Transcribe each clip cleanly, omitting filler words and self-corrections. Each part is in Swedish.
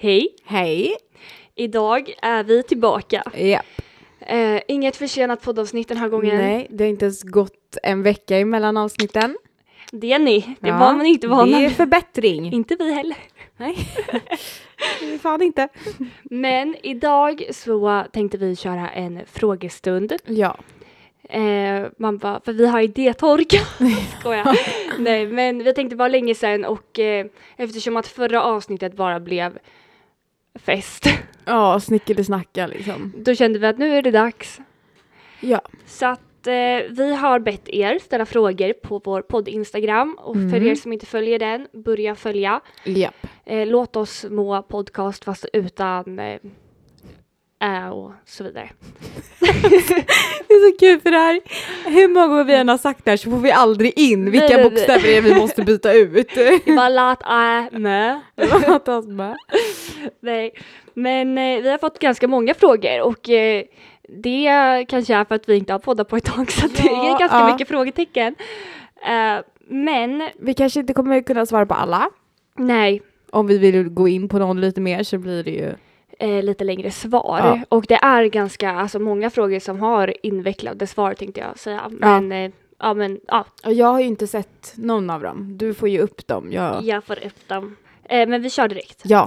Hej! Hej! Idag är vi tillbaka. Japp. Inget försenat poddavsnitt den här gången. Nej, det har inte ens gått en vecka emellan avsnitten. Det är ni. Det var man inte vana Det är med. förbättring. Inte vi heller. Nej, det är fan inte. Men idag så tänkte vi köra en frågestund. Ja. Man bara, för vi har idétorka. Skojar. Nej, men vi tänkte bara länge sedan och eftersom att förra avsnittet bara blev fest. Ja, snickersnacka liksom. Då kände vi att nu är det dags. Ja. Så att vi har bett er ställa frågor på vår podd Instagram. Och för er som inte följer den, börja följa. Japp. Låt oss må podcast fast utan och så vidare. Det är så kul för det här. Hur många gånger vi än har sagt det här så får vi aldrig in vilka Nej. bokstäver det är vi måste byta ut. Det är bara låt med. Låt oss med. Nej, men vi har fått ganska många frågor och det kanske är för att vi inte har poddat på ett tag så det är ganska mycket frågetecken. Men Vi kanske inte kommer kunna svara på alla. nej, Om vi vill gå in på någon lite mer så blir det ju... lite längre svar. Ja. Och det är ganska, många frågor som har invecklade svar tänkte jag säga. Men ja. Och jag har ju inte sett någon av dem. Du får ju upp dem. Jag får upp dem. Men vi kör direkt. Ja.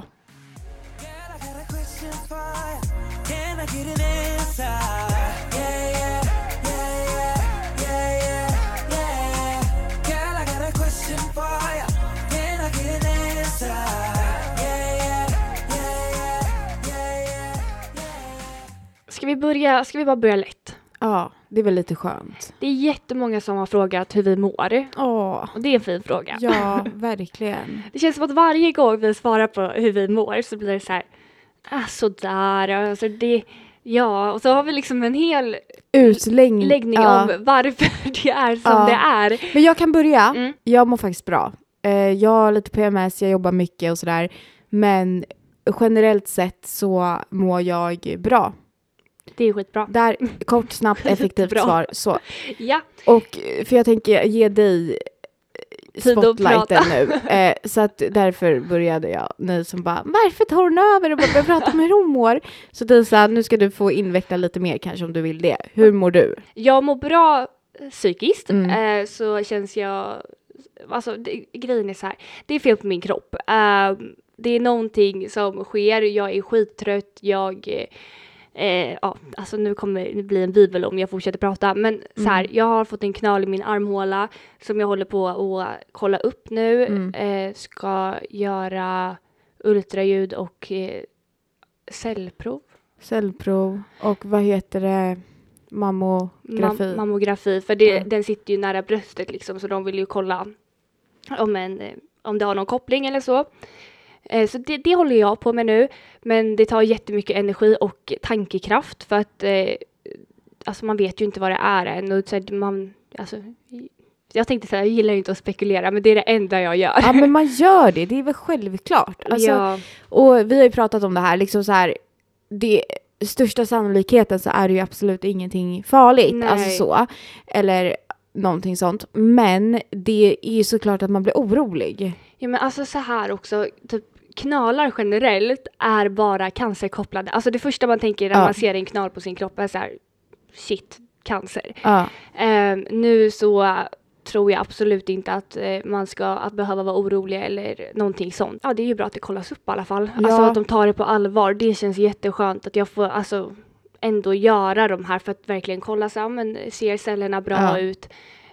Ska vi bara börja lätt? Ja, det är väl lite skönt. Det är jättemånga som har frågat hur vi mår. Åh, Och det är en fin fråga. ja, verkligen. Det känns som att varje gång vi svarar på hur vi mår så blir det så här, sådär. Alltså ja, och så har vi liksom en hel läggning om varför det är som det är. Men jag kan börja. Mm. Jag mår faktiskt bra. Jag har lite PMS, jag jobbar mycket och sådär. Men generellt sett så mår jag bra. Det är skitbra. Där, kort, snabbt, effektivt Bra. svar. Så. Ja, Och för jag tänker ge dig Tid att spotlighten nu. Så att därför började jag. Ni som bara, varför tar hon över och börjar prata om hur hon mår? Så Disa, nu ska du få inveckla lite mer kanske om du vill det. Hur mår du? jag mår bra psykiskt. Mm. Så känns jag, grejen är så här, det är fel på min kropp. Det är någonting som sker, jag är skittrött, nu kommer det bli en bibel om jag fortsätter prata. Men så här, jag har fått en knal i min armhåla som jag håller på att kolla upp nu. Ska göra ultraljud och cellprov. Cellprov och vad heter det? Mammografi. Mammografi, för den sitter ju nära bröstet liksom, så de vill ju kolla om det har någon koppling eller så. Så det håller jag på med nu, men det tar jättemycket energi och tankekraft för att man vet ju inte vad det är än. Och så jag tänkte säga, jag gillar inte att spekulera, men det är det enda jag gör. Ja, men man gör det. Det är väl självklart. Alltså, ja. Och vi har ju pratat om det här, liksom så här, det största sannolikheten så är det ju absolut ingenting farligt. Nej. Alltså så. Eller någonting sånt. Men det är ju såklart att man blir orolig. Ja, men alltså så här också, typ knalar generellt är bara cancerkopplade. Alltså det första man tänker när man ser en knal på sin kropp är så här, shit, cancer. Ja. Nu så tror jag absolut inte att man ska att behöva vara orolig eller någonting sånt. Ja, det är ju bra att det kollas upp i alla fall. Ja. Alltså att de tar det på allvar. Det känns jätteskönt att jag får ändå göra de här för att verkligen kolla sig. Men ser cellerna bra ut?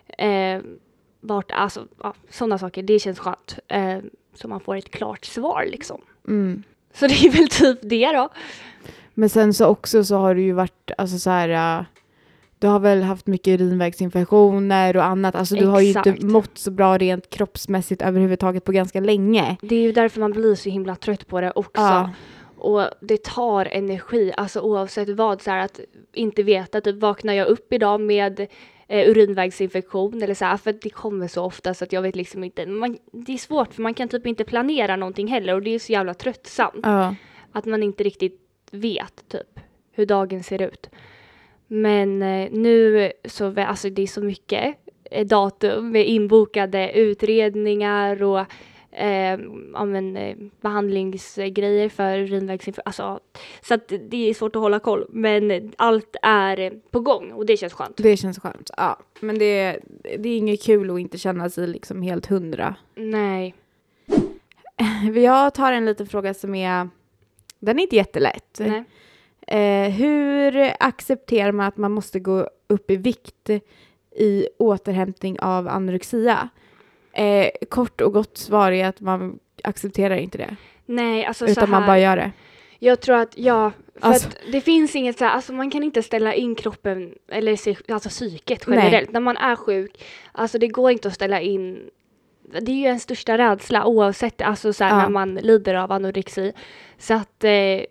Sådana saker. Det känns skönt. Så man får ett klart svar liksom. Mm. Så det är väl typ det då. Men sen så också så har du ju varit, alltså så här, du har väl haft mycket urinvägsinfektioner och annat. Alltså du har ju inte mått så bra rent kroppsmässigt överhuvudtaget på ganska länge. Det är ju därför man blir så himla trött på det också. Ja. Och det tar energi, alltså oavsett vad, så här att inte veta, typ vaknar jag upp idag med urinvägsinfektion eller så här, för det kommer så ofta så att jag vet liksom inte, det är svårt för man kan typ inte planera någonting heller och det är så jävla tröttsamt. Ja. Att man inte riktigt vet typ hur dagen ser ut. Men nu så, alltså det är så mycket datum med inbokade utredningar och behandlingsgrejer för urinvägsinfektion. Alltså, så att det är svårt att hålla koll. Men allt är på gång och det känns skönt. Det känns skönt, ja. Men det är inget kul att inte känna sig liksom helt 100. Nej. Jag tar en liten fråga som den är inte jättelätt. Nej. Hur accepterar man att man måste gå upp i vikt i återhämtning av anorexia? Kort och gott svar är att man accepterar inte det. Nej, alltså utan så här, man bara gör det. Jag tror att, alltså, att det finns inget så här, alltså man kan inte ställa in kroppen eller alltså psyket generellt. När man är sjuk, alltså det går inte att ställa in, det är ju en största rädsla oavsett, alltså så här, när man lider av anorexi. Så att,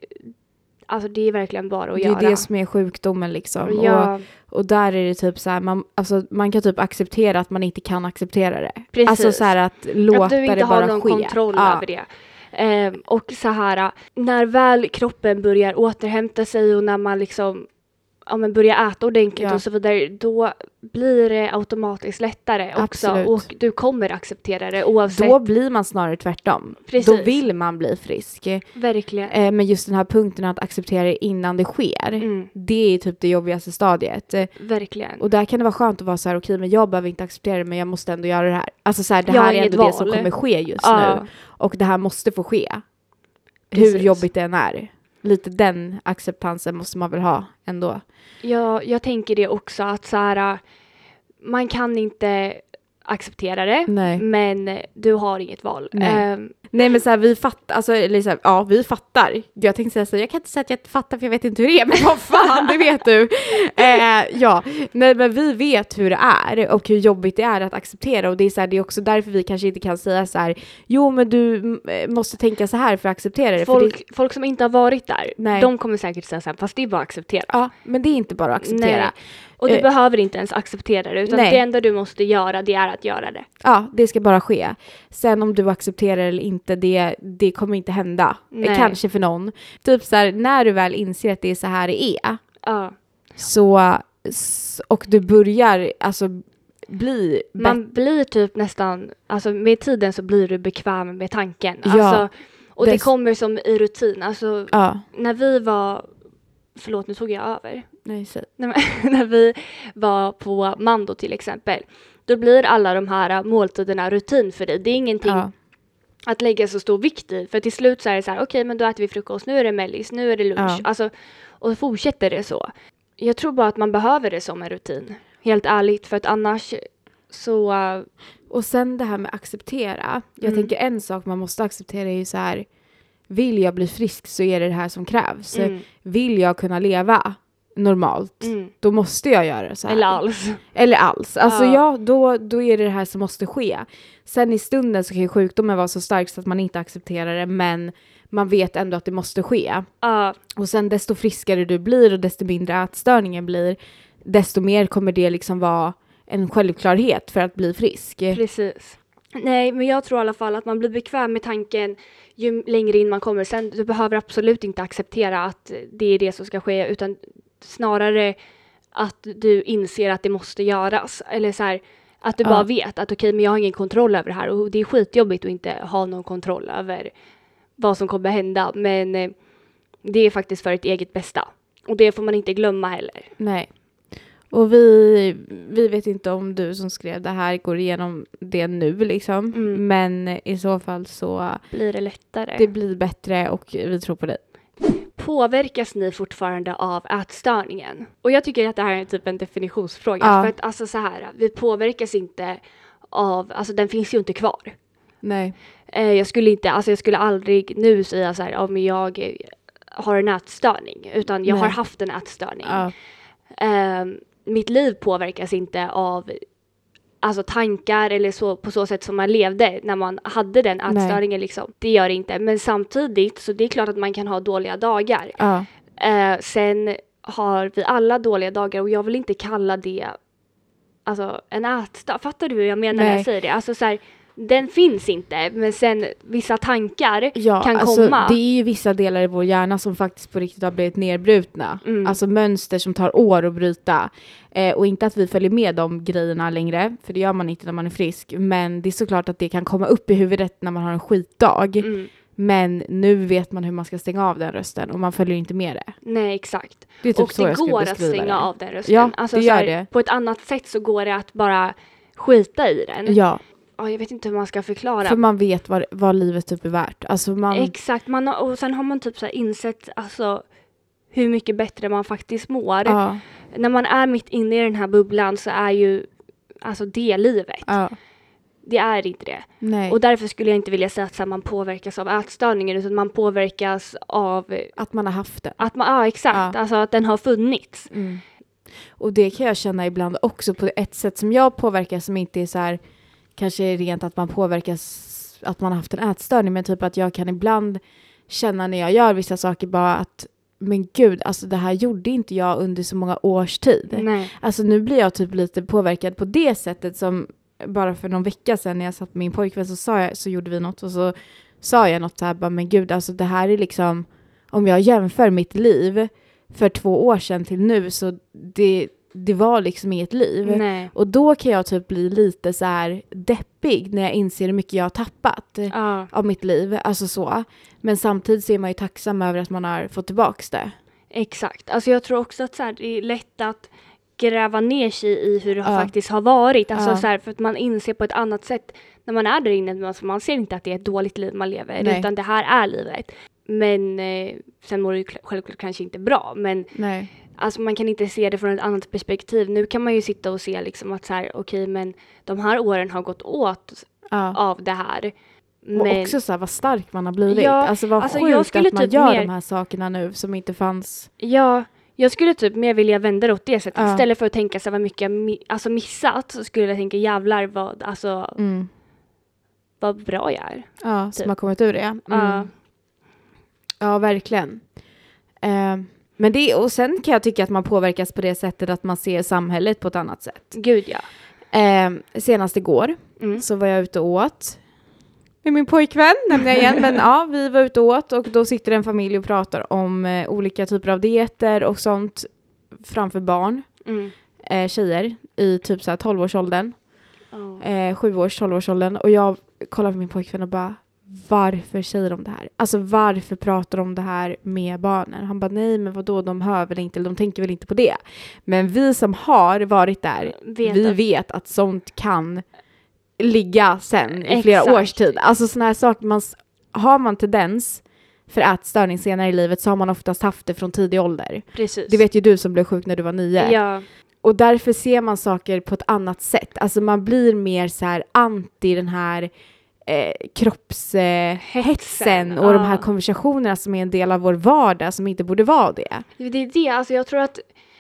alltså det är verkligen bara att göra. Det är det som är sjukdomen liksom. Ja. Och där är det typ så här, man kan typ acceptera att man inte kan acceptera det. Precis. Alltså så här att låta det bara ske. Att du inte har någon kontroll över det. Och så här, när väl kroppen börjar återhämta sig och när man liksom börjar äta ordentligt och så vidare, då blir det automatiskt lättare också. Absolut. Och du kommer acceptera det oavsett. Då blir man snarare tvärtom. Precis. Då vill man bli frisk. Verkligen. Men just den här punkten att acceptera det innan det sker, det är typ det jobbigaste stadiet. Verkligen. Och där kan det vara skönt att vara så här, okej, men jag behöver inte acceptera det, men jag måste ändå göra det här. Alltså så här, det här är ändå det som kommer ske just nu. Och det här måste få ske. Precis. Hur jobbigt det än är. Lite den acceptansen måste man väl ha ändå. Ja, jag tänker det också, att så här, man kan inte acceptera det. Nej. Men du har inget val. Nej, men så här, vi fattar, alltså, eller så här, ja, vi fattar. Jag tänkte säga så, jag kan inte säga att jag fattar för jag vet inte hur det är, men vad fan, det vet du. Ja, nej, men vi vet hur det är och hur jobbigt det är att acceptera, och det är så här, det är också därför vi kanske inte kan säga så här, jo, men du måste tänka så här för att acceptera det. Folk som inte har varit där, de kommer säkert säga så här, fast det är bara att acceptera. Ja, men det är inte bara att acceptera. Nej. Och du behöver inte ens acceptera det, utan det enda du måste göra, det är att göra det. Ja, det ska bara ske. Sen om du accepterar eller inte, det kommer inte hända. Kanske för någon. Typ så här, när du väl inser att det är så här det är. Ja. Och du börjar alltså man blir typ nästan, alltså med tiden så blir du bekväm med tanken. Ja, alltså, och det kommer som i rutin. Alltså, när vi var, förlåt, nu tog jag över. Nej, när vi var på Mando till exempel, då blir alla de här måltiderna rutin för dig. Det är ingenting att lägga så stor vikt i. För till slut så är det så här, okej, men då äter vi frukost, nu är det mellis, nu är det lunch. Alltså, och fortsätter det så. Jag tror bara att man behöver det som en rutin. Helt ärligt, för att annars så... Och sen det här med acceptera. Jag tänker en sak man måste acceptera är ju så här, vill jag bli frisk så är det här som krävs. Vill jag kunna leva normalt, då måste jag göra det så här. Eller alls. Alltså då är det här som måste ske. Sen i stunden så kan ju sjukdomen vara så stark så att man inte accepterar det, men man vet ändå att det måste ske. Och sen desto friskare du blir och desto mindre ätstörningen blir, desto mer kommer det liksom vara en självklarhet för att bli frisk. Precis. Nej, men jag tror i alla fall att man blir bekväm med tanken ju längre in man kommer. Sen du behöver absolut inte acceptera att det är det som ska ske, utan snarare att du inser att det måste göras. Eller så här, att du bara vet att okej, men jag har ingen kontroll över det här. Och det är skitjobbigt att inte ha någon kontroll över vad som kommer hända. Men det är faktiskt för ett eget bästa. Och det får man inte glömma heller. Nej. Och vi vet inte om du som skrev det här går igenom det nu liksom. Men i så fall så blir det lättare. Det blir bättre och vi tror på dig. Påverkas ni fortfarande av ätstörningen? Och jag tycker att det här är typ en definitionsfråga. För att alltså så här, vi påverkas inte av, alltså den finns ju inte kvar. Nej. Jag skulle aldrig nu säga så här, om jag har en ätstörning. Utan jag har haft en ätstörning. Mitt liv påverkas inte av alltså tankar eller så, på så sätt som man levde när man hade den ätstörningen liksom. Det gör det inte. Men samtidigt så det är klart att man kan ha dåliga dagar. Sen har vi alla dåliga dagar och jag vill inte kalla det alltså en ätstörning. Fattar du hur jag menar när jag säger det? Alltså så här, den finns inte, men sen vissa tankar kan alltså, komma. Det är ju vissa delar i vår hjärna som faktiskt på riktigt har blivit nedbrutna. Alltså mönster som tar år att bryta. Och inte att vi följer med de grejerna längre, för det gör man inte när man är frisk. Men det är såklart att det kan komma upp i huvudet när man har en skitdag. Men nu vet man hur man ska stänga av den rösten och man följer inte med det. Nej, exakt. Det är typ och så det går att stänga av den rösten. Ja, alltså, det gör det. På ett annat sätt så går det att bara skita i den. Ja. Jag vet inte hur man ska förklara. För man vet vad livet typ är värt. Alltså Exakt. Och sen har man typ så här insett alltså, hur mycket bättre man faktiskt mår. Ja. När man är mitt inne i den här bubblan så är ju alltså det livet. Ja. Det är inte det. Nej. Och därför skulle jag inte vilja säga att man påverkas av ätstörningen, utan man påverkas av att man har haft det. Exakt. Alltså att den har funnits. Och det kan jag känna ibland också på ett sätt som jag påverkas, som inte är så här kanske rent att man påverkas att man har haft en ätstörning, men typ att jag kan ibland känna när jag gör vissa saker bara att men gud, alltså det här gjorde inte jag under så många års tid. Nej. Alltså nu blir jag typ lite påverkad på det sättet, som bara för någon vecka sedan när jag satt med min pojkvän så gjorde vi något och så sa jag något så här bara, men gud, alltså det här är liksom, om jag jämför mitt liv för 2 år sedan till nu, så det var liksom inget liv. Nej. Och då kan jag typ bli lite så här deppig när jag inser hur mycket jag har tappat av mitt liv. Alltså så. Men samtidigt så är man ju tacksam över att man har fått tillbaka det. Exakt. Alltså jag tror också att så här, det är lätt att gräva ner sig i hur det faktiskt har varit. Alltså så här, för att man inser på ett annat sätt när man är där inne. Alltså man ser inte att det är ett dåligt liv man lever. Nej. Utan det här är livet. Men sen mår det ju självklart kanske inte bra. Men alltså man kan inte se det från ett annat perspektiv. Nu kan man ju sitta och se liksom att så här, okej, men de här åren har gått åt av det här. Och också så här, vad stark man har blivit. Alltså vad sjukt att man gör de här sakerna nu som inte fanns. Ja, jag skulle typ mer vilja vända det åt det sättet. Istället för att tänka så här, vad mycket jag missat, så skulle jag tänka jävlar vad bra jag är. Ja, typ. Som har kommit ur det. Ja, verkligen. Men och sen kan jag tycka att man påverkas på det sättet att man ser samhället på ett annat sätt. Gud, ja. Senast igår så var jag ute och åt med min pojkvän, nämnde jag igen. Men vi var ute och åt, och då sitter en familj och pratar om olika typer av dieter och sånt framför barn. Tjejer i typ så här 12-årsåldern. 7-12-årsåldern. Och jag kollar på min pojkvän och bara, varför säger de det här? Alltså varför pratar de det här med barnen? Han bara, nej men vadå, de hör väl inte, eller de tänker väl inte på det. Men vi som har varit där, vi vet att sånt kan ligga sen i flera års tid. Alltså såna här saker, har man tendens för ätstörning senare i livet, så har man oftast haft det från tidig ålder. Precis. Det vet ju du som blev sjuk när du var 9. Ja. Och därför ser man saker på ett annat sätt. Alltså man blir mer så här anti den här kroppshetsen och de här konversationerna som är en del av vår vardag, som inte borde vara det. Det är det, alltså jag tror att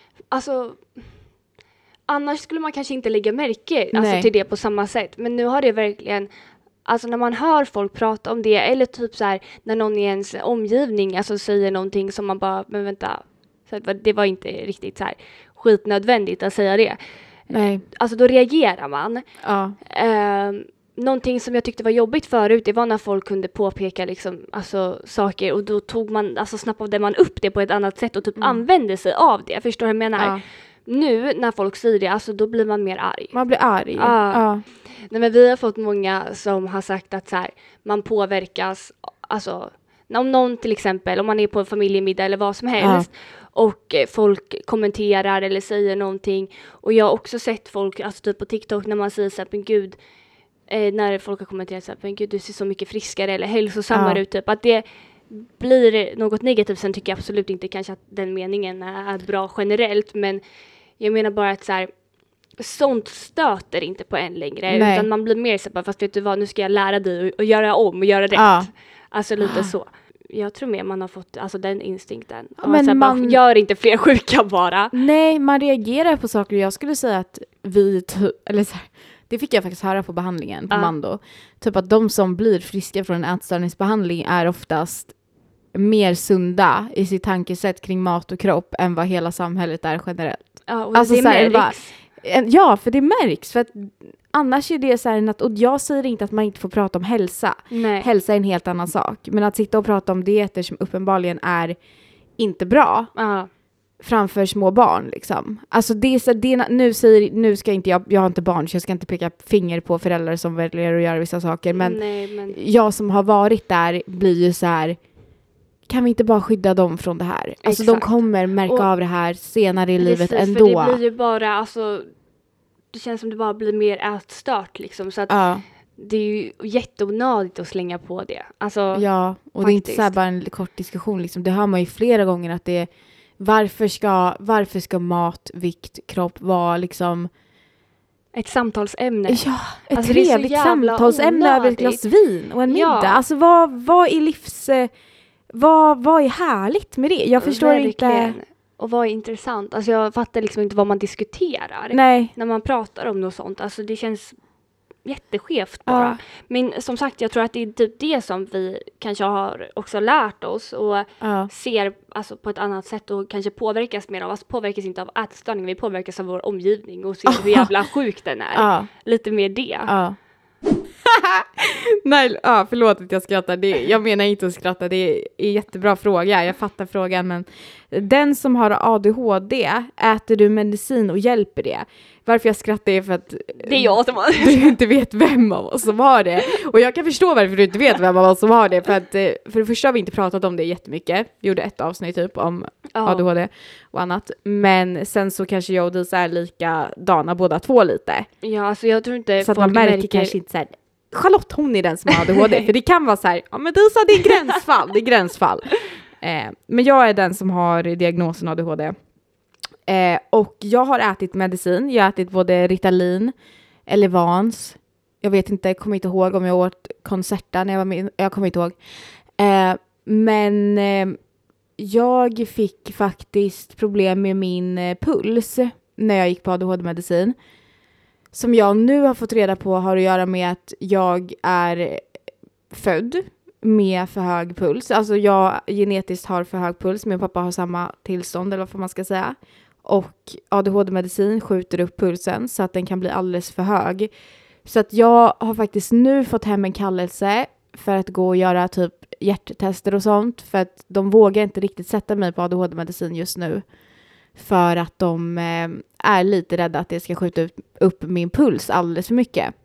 annars skulle man kanske inte lägga märke till det på samma sätt. Men nu har det verkligen, alltså när man hör folk prata om det, eller typ så här när någon i ens omgivning alltså säger någonting som man bara, men vänta, så det var inte riktigt så här skitnödvändigt att säga det. Nej. Alltså då reagerar man. Ja. Någonting som jag tyckte var jobbigt förut, det var när folk kunde påpeka liksom, alltså, saker, och då tog man, alltså snappade man upp det på ett annat sätt och typ använde sig av det. Förstår du vad jag menar? Ja. Nu när folk säger det, alltså då blir man mer arg. Man blir arg. Ja. Nej, men vi har fått många som har sagt att så här, man påverkas, alltså om någon till exempel, om man är på en familjemiddag eller vad som helst, och folk kommenterar eller säger någonting, och jag har också sett folk, alltså typ på TikTok, när man säger så här, men gud, när folk har kommenterat så här, men gud, du ser så mycket friskare eller hälsosammare ut, typ, att det blir något negativt. Sen tycker jag absolut inte kanske att den meningen är bra generellt, men jag menar bara att så här, sånt stöter inte på en längre. Nej. Utan man blir mer så här, fast vet du vad, nu ska jag lära dig att göra om och göra rätt. Alltså lite så. Jag tror mer man har fått alltså den instinkten. Men så man gör inte fler sjuka bara. Nej, man reagerar på saker. Jag skulle säga att eller så här, det fick jag faktiskt höra på behandlingen på Mando. Typ att de som blir friska från en ätstörningsbehandling är oftast mer sunda i sitt tankesätt kring mat och kropp än vad hela samhället är generellt. Ja, och alltså det är Ja, för det märks. För att annars är det så här, och jag säger inte att man inte får prata om hälsa. Nej. Hälsa är en helt annan sak. Men att sitta och prata om dieter som uppenbarligen är inte bra framför små barn liksom. Alltså nu ska inte jag har inte barn så jag ska inte peka finger på föräldrar som väljer att göra vissa saker. Men jag som har varit där blir ju så här, kan vi inte bara skydda dem från det här? Alltså de kommer märka av det här senare i livet ändå. För det blir ju bara, alltså, det känns som det bara blir mer ätstört liksom. Så att det är ju jätteonödigt att slänga på det. Alltså, ja, och faktiskt. Det är inte så här bara en kort diskussion liksom. Det hör man ju flera gånger att det är varför ska mat, vikt, kropp vara liksom ett samtalsämne. Ja, ett trevligt samtalsämne över ett glas vin och en middag. Ja. Alltså vad är vad är härligt med det? Jag förstår inte. Och vad är intressant? Alltså jag fattar liksom inte vad man diskuterar. Nej. När man pratar om något sånt. Alltså det känns jätteskevt bara. Ja. Men som sagt, jag tror att det är typ det som vi kanske har också lärt oss och ser alltså på ett annat sätt och kanske påverkas mer av. Alltså påverkas inte av ätstörning, vi påverkas av vår omgivning och ser hur jävla sjuk den är. Lite mer det. Nej, förlåt att jag skrattar. Jag menar inte att skratta, det är en jättebra fråga. Jag fattar frågan, men den som har ADHD, äter du medicin och hjälper det? Varför jag skrattar är för att det är jag som har du inte vet vem av oss som har det. Och jag kan förstå varför du inte vet vem av oss som har det. För att för det första har vi inte pratat om det jättemycket. Vi gjorde ett avsnitt typ om ADHD och annat. Men sen så kanske jag och Disa är likadana båda två lite. Ja, alltså jag tror inte så att man märker kanske inte så här, Charlotte, hon är den som har ADHD. För det kan vara så här, ja men Disa, det är gränsfall. Men jag är den som har diagnosen ADHD. Och jag har ätit medicin. Jag har ätit både Ritalin eller Vans. Jag vet inte, jag kommer inte ihåg om jag åt Concerta när jag var med. Jag kommer inte ihåg. Men jag fick faktiskt problem med min puls när jag gick på ADHD-medicin. Som jag nu har fått reda på har att göra med att jag är född med för hög puls. Alltså jag genetiskt har för hög puls. Min pappa har samma tillstånd eller vad man ska säga. Och ADHD-medicin skjuter upp pulsen så att den kan bli alldeles för hög. Så att jag har faktiskt nu fått hem en kallelse för att gå och göra typ hjärttester och sånt. För att de vågar inte riktigt sätta mig på ADHD-medicin just nu. För att de är lite rädda att det ska skjuta upp min puls alldeles för mycket.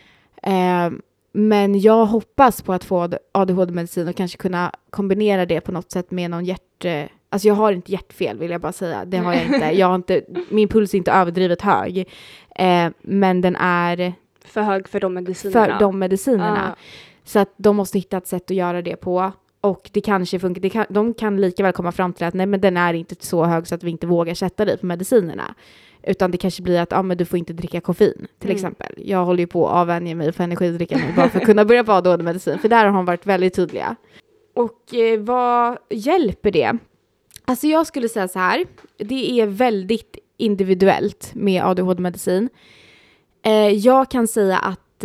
Men jag hoppas på att få ADHD-medicin och kanske kunna kombinera det på något sätt med någon Alltså jag har inte hjärtfel vill jag bara säga. Det har jag inte. Min puls är inte överdrivet hög. Men den är för hög för de medicinerna. Så att de måste hitta ett sätt att göra det på. Och det kanske funkar. De kan lika väl komma fram till att nej, men den är inte så hög så att vi inte vågar sätta dig på medicinerna. Utan det kanske blir att men du får inte dricka koffein till exempel. Jag håller ju på att avvänja mig för energidricka nu bara för att kunna börja på ADHD-medicin. För där har de varit väldigt tydliga. Och vad hjälper det? Alltså jag skulle säga så här. Det är väldigt individuellt med ADHD-medicin. Jag kan säga att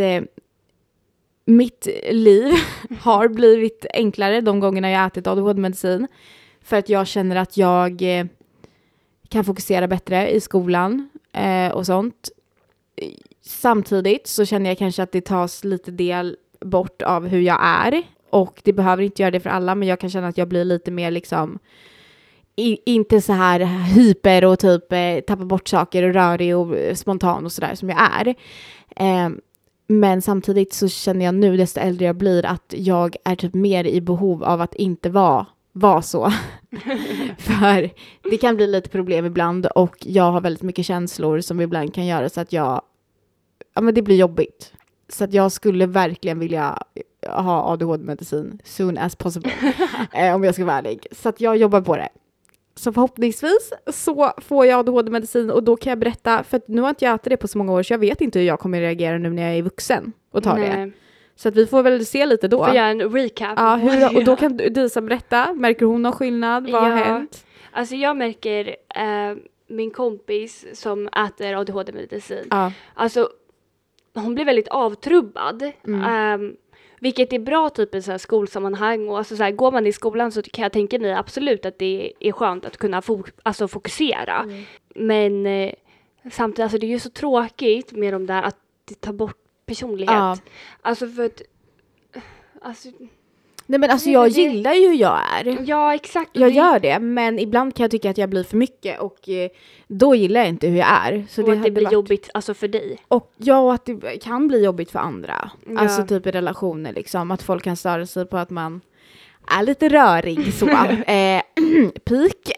mitt liv har blivit enklare de gångerna jag ätit ADHD-medicin. För att jag känner att jag kan fokusera bättre i skolan och sånt. Samtidigt så känner jag kanske att det tas lite del bort av hur jag är. Och det behöver inte göra det för alla, men jag kan känna att jag blir lite mer liksom inte så här hyper och typ tappar bort saker och rörig och spontan och sådär som jag är. Men samtidigt så känner jag nu desto äldre jag blir att jag är typ mer i behov av att inte vara så. För det kan bli lite problem ibland och jag har väldigt mycket känslor som ibland kan göra så att men det blir jobbigt. Så att jag skulle verkligen vilja ha ADHD-medicin soon as possible. Om jag ska vara ärlig. Så att jag jobbar på det. Så förhoppningsvis så får jag ADHD-medicin och då kan jag berätta, för att nu har inte jag ätit det på så många år så jag vet inte hur jag kommer reagera nu när jag är vuxen och tar det. Så att vi får väl se lite då. Får jag en recap? Ja, och då kan Disa berätta. Märker hon någon skillnad? Vad har hänt? Alltså jag märker min kompis som äter ADHD-medicin. Alltså hon blir väldigt avtrubbad. Vilket är bra typ i så här skolsammanhang. Och alltså så här, går man i skolan så kan jag tänka mig absolut att det är skönt att kunna fokusera. Men samtidigt, alltså det är ju så tråkigt med de där att det tar bort personlighet. Ja. Alltså för att, alltså... Nej men alltså jag gillar ju hur jag är. Ja, exakt. Jag gör det, men ibland kan jag tycka att jag blir för mycket och då gillar jag inte hur jag är. Så och det att det blir jobbigt alltså för dig. Och att det kan bli jobbigt för andra. Ja. Alltså typ i relationer liksom. Att folk kan störa sig på att man är lite rörig så. Pik.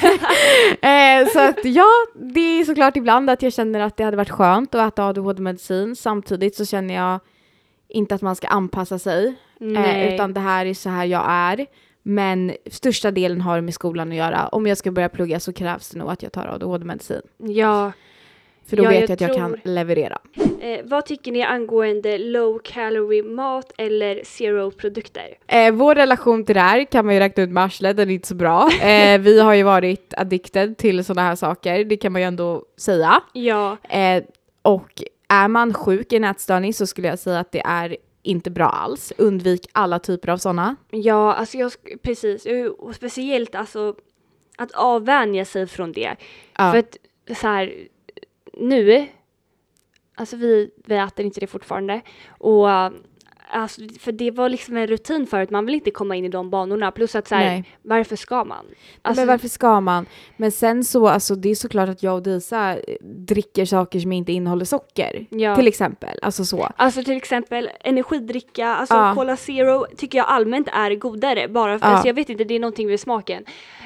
Så att ja, det är såklart ibland att jag känner att det hade varit skönt att äta ADHD-medicin. Samtidigt så känner jag inte att man ska anpassa sig. Utan det här är så här jag är. Men största delen har det med skolan att göra. Om jag ska börja plugga så krävs det nog att jag tar ADHD-medicin. Ja. För då vet jag att jag kan leverera. Vad tycker ni angående low calorie mat eller zero produkter? Vår relation till det här kan man ju räkna ut med arslet, den är inte så bra. Vi har ju varit addicted till sådana här saker, det kan man ju ändå säga. Ja. Och är man sjuk i en ätstörning så skulle jag säga att det är inte bra alls. Undvik alla typer av sådana. Ja, alltså precis. Och speciellt alltså att avvänja sig från det. Ja. För att så här, nu, alltså vi äter inte det fortfarande. Och alltså, för det var liksom en rutin förut. Man vill inte komma in i de banorna. Plus att så här, varför ska man? Alltså, men varför ska man? Men sen så, alltså det är såklart att jag och Disa dricker saker som inte innehåller socker. Ja. Till exempel, alltså så. Alltså till exempel energidricka, alltså Cola Zero tycker jag allmänt är godare. Bara för, alltså jag vet inte, det är någonting med smaken.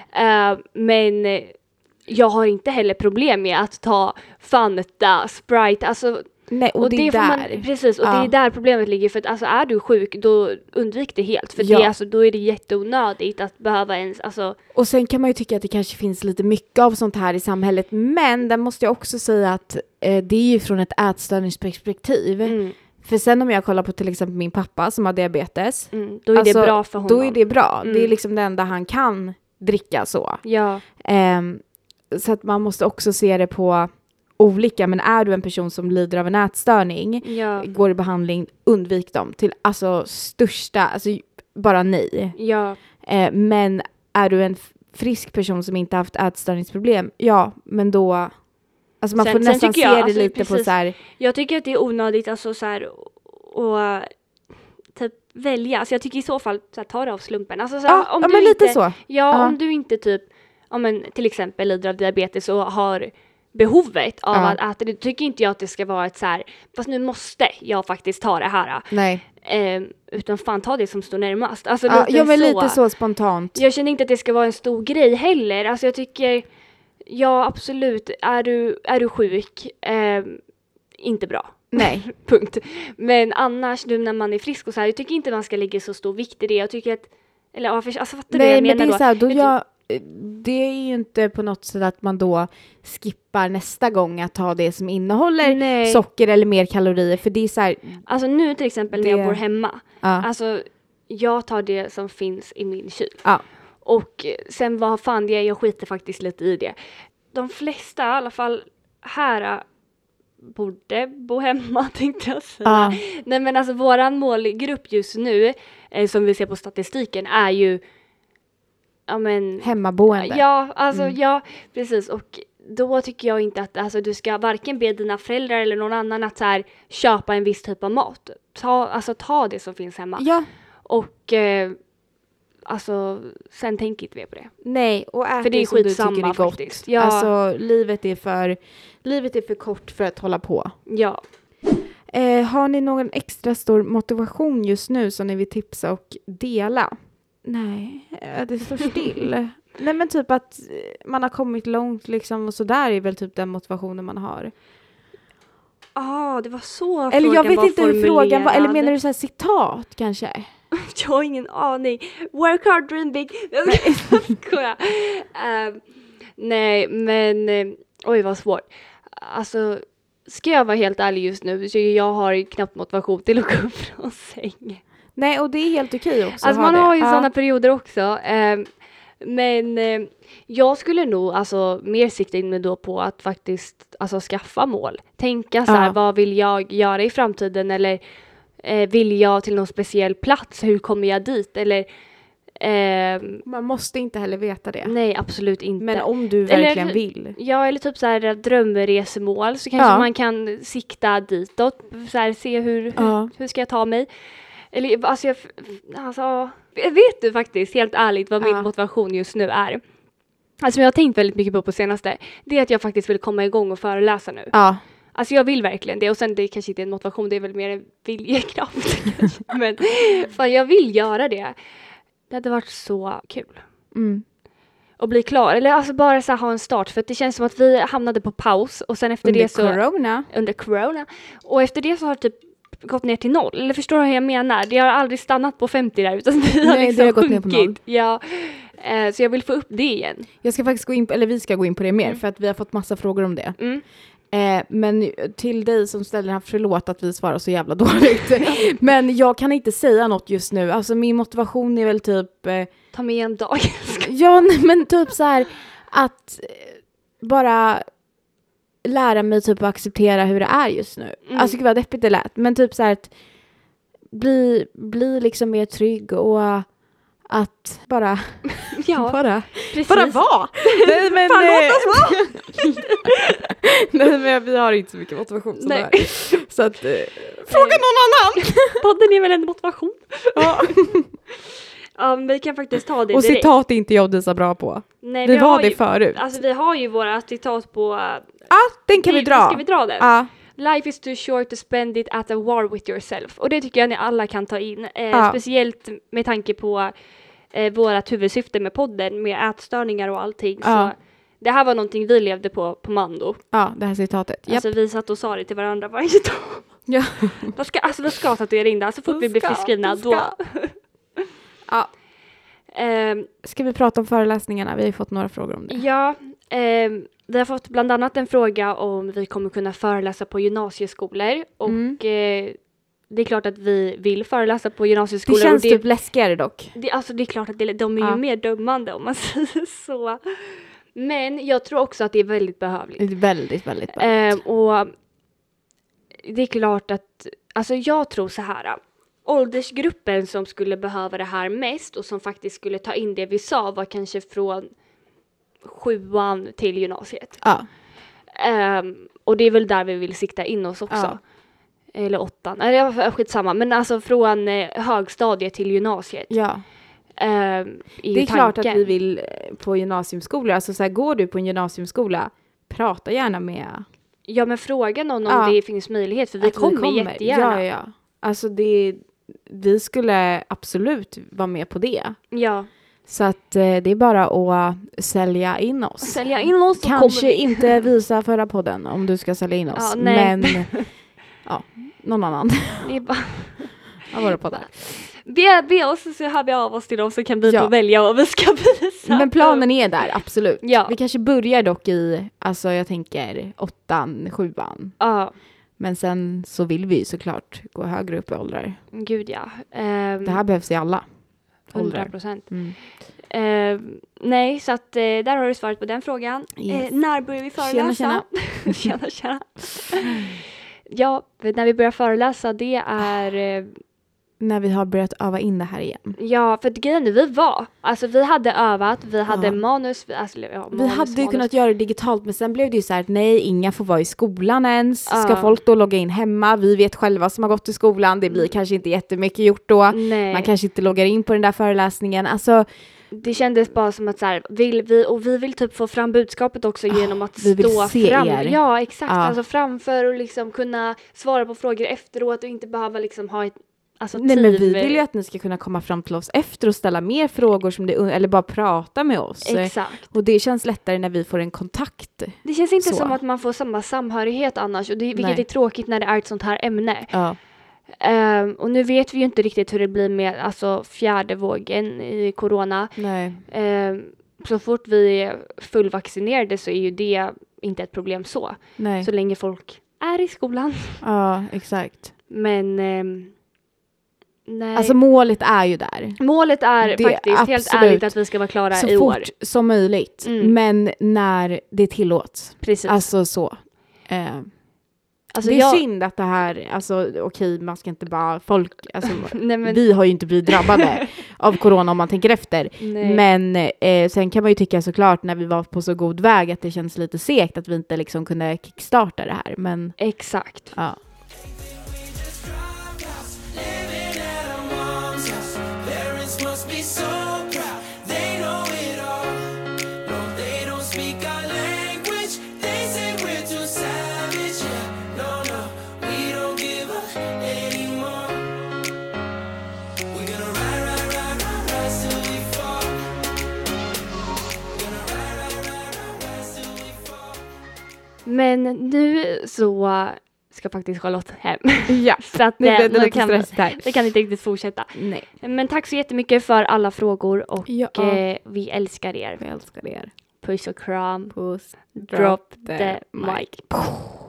Men jag har inte heller problem med att ta Fanta, Sprite, alltså. Nej, och det är där. Precis, och det är där problemet ligger. För att alltså, är du sjuk, då undvik det helt. För det, alltså, då är det jätteonödigt att behöva ens... Alltså... Och sen kan man ju tycka att det kanske finns lite mycket av sånt här i samhället. Men där måste jag också säga att det är ju från ett ätstörningsperspektiv. För sen om jag kollar på till exempel min pappa som har diabetes. Då är det bra för honom. Då är det bra. Det är liksom det enda han kan dricka så. Ja. Så att man måste också se det på... olika, men är du en person som lider av en ätstörning, går i behandling, undvik dem till alltså största, alltså bara nej. Ja. Men är du en frisk person som inte haft ätstörningsproblem, men då, alltså man får nästan se det alltså, lite precis, på så här. Jag tycker att det är onödigt alltså så här och typ välja. Alltså jag tycker i så fall så här, ta det av slumpen. Alltså så här, om du men inte, lite så. Ja, om du inte typ till exempel lider av diabetes och har behovet av att äta det, tycker inte jag att det ska vara ett så här, fast nu måste jag faktiskt ta det här. Nej. Utan fan ta det som står närmast. Alltså lite så spontant. Jag känner inte att det ska vara en stor grej heller. Alltså jag tycker, absolut, är du sjuk, inte bra. Nej. Punkt. Men annars, nu när man är frisk och så här, jag tycker inte man ska lägga så stor vikt i det. Jag tycker att, eller alltså fattar du vad jag menar då? Nej, men det är så här, det är ju inte på något sätt att man då skippar nästa gång att ta det som innehåller socker eller mer kalorier, för det är så här, alltså nu till exempel när jag bor hemma, alltså jag tar det som finns i min kyl. Och sen vad fan det är, jag skiter faktiskt lite i det. De flesta i alla fall här borde bo hemma, tänkte jag säga. Nej men alltså våran målgrupp just nu, som vi ser på statistiken, är ju hemmaboende. Ja, alltså precis. Och då tycker jag inte att alltså, du ska varken be dina föräldrar eller någon annan att så här, köpa en viss typ av mat. Ta det som finns hemma. Ja. Och alltså sen tänker inte vi på det. Nej, och ät för det är som skitsamma, du tycker är gott. Faktiskt. Ja. Alltså livet är för kort för att hålla på. Ja. Har ni någon extra stor motivation just nu som ni vill tipsa och dela? Nej, det står still. Nej, men typ att man har kommit långt liksom, och så där är väl typ den motivationen man har. Det var så eller jag vet inte hur frågan var. Eller menar du så här citat kanske? Jag har ingen aning. Work hard, dream big. Nej, men oj vad svårt. Alltså, ska jag vara helt ärlig just nu så jag har knappt motivation till att gå upp från sängen. Nej, och det är helt okej också. Alltså man har ju sådana perioder också. Men jag skulle nog alltså mer sikta in mig då på att faktiskt alltså skaffa mål. Tänka så här, vad vill jag göra i framtiden? Eller vill jag till någon speciell plats? Hur kommer jag dit? Eller Man måste inte heller veta det. Nej, absolut inte. Men om du verkligen vill. Ja, eller typ så här drömresemål så kanske man kan sikta ditåt. Så här, se hur ska jag ta mig. Eller alltså, vet du faktiskt helt ärligt vad min motivation just nu är? Alltså jag har tänkt väldigt mycket på senaste. Det är att jag faktiskt vill komma igång och föreläsa nu. Ja. Alltså jag vill verkligen det. Och sen det är kanske inte en motivation, det är väl mer en viljekraft. Men fan, jag vill göra det. Det hade varit så kul. Och bli klar. Eller alltså bara så här, ha en start. För att det känns som att vi hamnade på paus. Och sen efter det så... Under corona. Och efter det så har det typ gått ner till 0. Eller förstår du hur jag menar? Det har aldrig stannat på 50 där. Utan vi har liksom gått ner på 0. Ja. Så jag vill få upp det igen. Jag ska faktiskt vi ska gå in på det mer. För att vi har fått massa frågor om det. Men till dig som ställer den här, förlåt att vi svarar så jävla dåligt. Men jag kan inte säga något just nu. Alltså min motivation är väl typ... Ta med en dag. Ja, men typ så här att bara lära mig typ att acceptera hur det är just nu. Alltså gud vad deppigt det lät. Men typ så här att bli liksom mer trygg och att bara bara vara. Nej men nej men vi har inte så mycket motivation som det här. Så att fråga någon annan. Podden är väl en motivation. Ja. Ja, men vi kan faktiskt ta det och direkt. Citat är inte jag så bra på. Nej, vi var det förut. Alltså vi har ju våra citat på... den kan vi dra. Ska vi dra den? Life is too short to spend it at a war with yourself. Och det tycker jag ni alla kan ta in. Speciellt med tanke på vårat huvudsyfte med podden. Med ätstörningar och allting. Så det här var någonting vi levde på Mando. Ja, det här citatet. Alltså vi satt och sa det till varandra varje dag. Ja. Vi ska tatuera in det. Så fort vi blir friskrivna då... Ja. Ska vi prata om föreläsningarna? Vi har ju fått några frågor om det. Ja, vi har fått bland annat en fråga om vi kommer kunna föreläsa på gymnasieskolor. Och det är klart att vi vill föreläsa på gymnasieskolor. Det känns typ läskigare dock. Det är klart att de är ju mer dömande om man säger så. Men jag tror också att det är väldigt behövligt. Det är väldigt, väldigt behövligt. Och det är klart att, alltså jag tror så här. Åldersgruppen som skulle behöva det här mest och som faktiskt skulle ta in det vi sa var kanske från 7:an till gymnasiet. Ja. Och det är väl där vi vill sikta in oss också. Ja. Eller 8:an. Eller skitsamma. Men alltså från högstadiet till gymnasiet. Ja. Det är klart att vi vill på gymnasieskolor. Alltså så här, går du på en gymnasieskola, prata gärna med... Ja, men fråga någon om det finns möjlighet. För vi kommer jättegärna. Ja. Alltså vi skulle absolut vara med på det. Ja. Så att det är bara att sälja in oss. Sälja in oss. Kanske inte visa förra podden om du ska sälja in oss. Ja, nej. Men någon annan. Det är bara... Jag var på det. Be oss så hör vi av oss till dem så kan vi då välja vad vi ska visa. Men planen är där, absolut. Ja. Vi kanske börjar dock i, alltså jag tänker 8:an, 7:an. Ja. Men sen så vill vi såklart gå högre upp i åldrar. Gud ja. Det här behövs i alla 100%. Nej, så att där har du svaret på den frågan. Yes. När börjar vi föreläsa? Tjena. Ja, när vi börjar föreläsa det är... När vi har börjat öva in det här igen. Ja, för grejen vi hade övat, vi hade manus. Vi hade ju kunnat göra det digitalt, men sen blev det ju så här att nej, inga får vara i skolan ens. Ska folk då logga in hemma? Vi vet själva som har gått till skolan, det blir kanske inte jättemycket gjort då. Nej. Man kanske inte loggar in på den där föreläsningen. Alltså, det kändes bara som att så här, vi vill typ få fram budskapet också genom att stå fram. Er. Ja, exakt. Alltså framför och liksom kunna svara på frågor efteråt och inte behöva liksom ha ett nej, men vi vill ju att ni ska kunna komma fram till oss efter och ställa mer frågor som eller bara prata med oss. Exakt. Och det känns lättare när vi får en kontakt. Det känns inte som att man får samma samhörighet annars. Och vilket är tråkigt när det är ett sånt här ämne. Ja. Och nu vet vi ju inte riktigt hur det blir med fjärde vågen i corona. Nej. Så fort vi är fullvaccinerade så är ju det inte ett problem så. Nej. Så länge folk är i skolan. Ja, exakt. Men... nej. Alltså målet är ju där. Målet är faktiskt absolut, helt ärligt att vi ska vara klara i år. Så fort som möjligt. Men när det tillåts. Precis. Alltså så. Alltså det är synd att det här, alltså okej, man ska inte bara folk, alltså nej, men vi har ju inte blivit drabbade av corona om man tänker efter. Nej. Men sen kan man ju tycka såklart när vi var på så god väg att det känns lite segt att vi inte liksom kunde kickstarta det här. Men exakt. Ja. Men nu så ska faktiskt Charlotte hem. Ja, så att nu blir det lite kan, stressigt här. Det kan inte riktigt fortsätta. Nej. Men tack så jättemycket för alla frågor och vi älskar er. Vi älskar er. Puss och kram. Puss. Drop the mic.